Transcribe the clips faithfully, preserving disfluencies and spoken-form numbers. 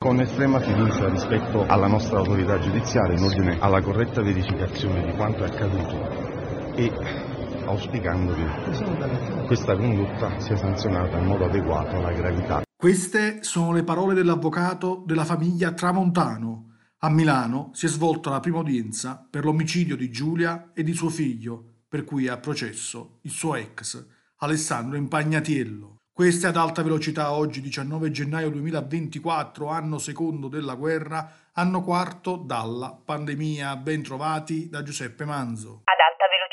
con estrema fiducia rispetto alla nostra autorità giudiziaria in ordine alla corretta verificazione di quanto è accaduto e auspicando che questa condotta sia sanzionata in modo adeguato alla gravità. Queste sono le parole dell'avvocato della famiglia Tramontano. A Milano si è svolta la prima udienza per l'omicidio di Giulia e di suo figlio, per cui è a processo il suo ex, Alessandro Impagnatiello. Queste ad alta velocità oggi diciannove gennaio duemilaventiquattro, anno secondo della guerra, anno quarto dalla pandemia. Ben trovati da Giuseppe Manzo. Ad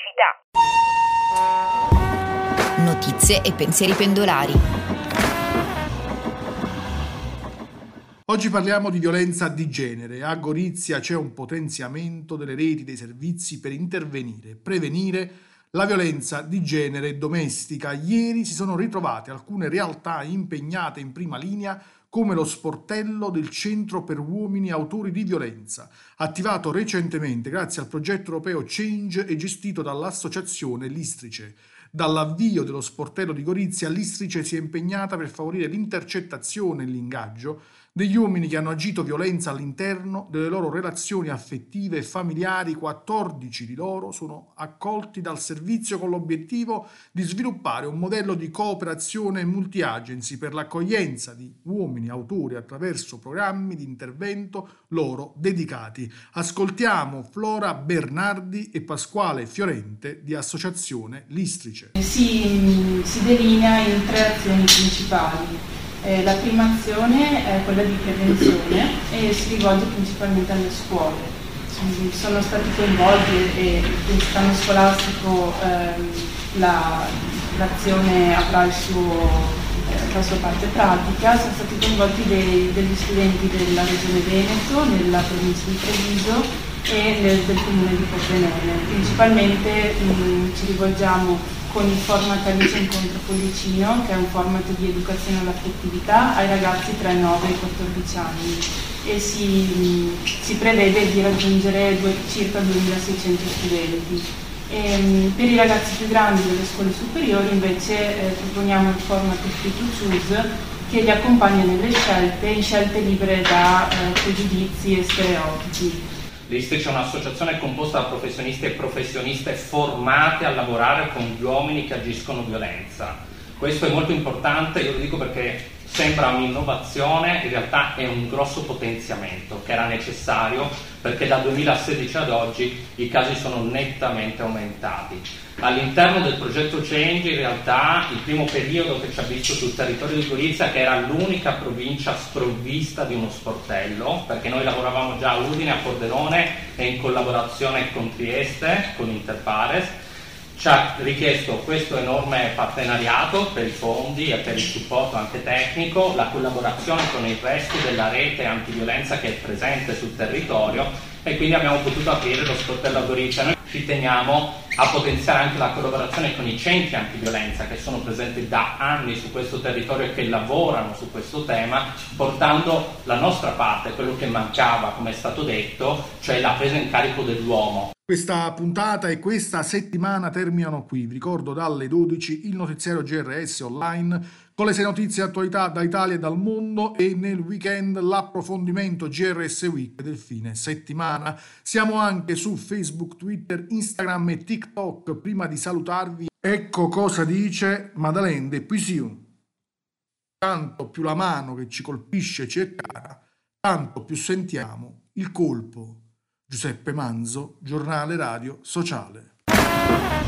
alta velocità. Notizie e pensieri pendolari. Oggi parliamo di violenza di genere. A Gorizia c'è un potenziamento delle reti dei servizi per intervenire e prevenire la violenza di genere domestica. Ieri si sono ritrovate alcune realtà impegnate in prima linea come lo sportello del Centro per Uomini Autori di Violenza, attivato recentemente grazie al progetto europeo Change e gestito dall'associazione Listrice. Dall'avvio dello sportello di Gorizia, l'Istrice si è impegnata per favorire l'intercettazione e l'ingaggio degli uomini che hanno agito violenza all'interno delle loro relazioni affettive e familiari. quattordici di loro sono accolti dal servizio con l'obiettivo di sviluppare un modello di cooperazione multi-agency per l'accoglienza di uomini autori attraverso programmi di intervento loro dedicati. Ascoltiamo Flora Bernardi e Pasquale Fiorente di Associazione Listrice. Si, si delinea in tre azioni principali. Eh, la prima azione è quella di prevenzione e si rivolge principalmente alle scuole. Sono stati coinvolti e quest'anno scolastico ehm, la, l'azione avrà il suo, eh, la sua parte pratica. Sono stati coinvolti dei, degli studenti della Regione Veneto, nella provincia di Treviso e nel, del comune di Pordenone. Principalmente mh, ci rivolgiamo con il format Alice Incontro Pollicino, che è un format di educazione all'affettività ai ragazzi tra i nove e i quattordici anni, e si, si prevede di raggiungere due, circa duemilaseicento studenti. E, per i ragazzi più grandi delle scuole superiori invece eh, proponiamo il format Free to Choose, che li accompagna nelle scelte, in scelte libere da eh, pregiudizi e stereotipi. L'Istrice è un'associazione composta da professionisti e professioniste formate a lavorare con gli uomini che agiscono violenza. Questo è molto importante, io lo dico perché sembra un'innovazione, in realtà è un grosso potenziamento che era necessario perché dal duemilasedici ad oggi i casi sono nettamente aumentati. All'interno del progetto Change, in realtà, il primo periodo che ci ha visto sul territorio di Gorizia, che era l'unica provincia sprovvista di uno sportello, perché noi lavoravamo già a Udine, a Pordenone e in collaborazione con Trieste, con Interpares, ci ha richiesto questo enorme partenariato per i fondi e per il supporto anche tecnico, la collaborazione con il resto della rete antiviolenza che è presente sul territorio, e quindi abbiamo potuto aprire lo sportello a Gorizia. Noi ci teniamo a potenziare anche la collaborazione con i centri antiviolenza che sono presenti da anni su questo territorio e che lavorano su questo tema, portando la nostra parte, quello che mancava, come è stato detto, cioè la presa in carico dell'uomo. Questa puntata e questa settimana terminano qui. Vi ricordo dalle dodici il notiziario G R S online con le sei notizie e attualità da Italia e dal mondo, e nel weekend l'approfondimento G R S Week del fine settimana. Siamo anche su Facebook, Twitter, Instagram e TikTok. Prima di salutarvi, ecco cosa dice Madeleine de Puisieux. Tanto più la mano che ci colpisce ci è cara, tanto più sentiamo il colpo. Giuseppe Manzo, Giornale Radio Sociale.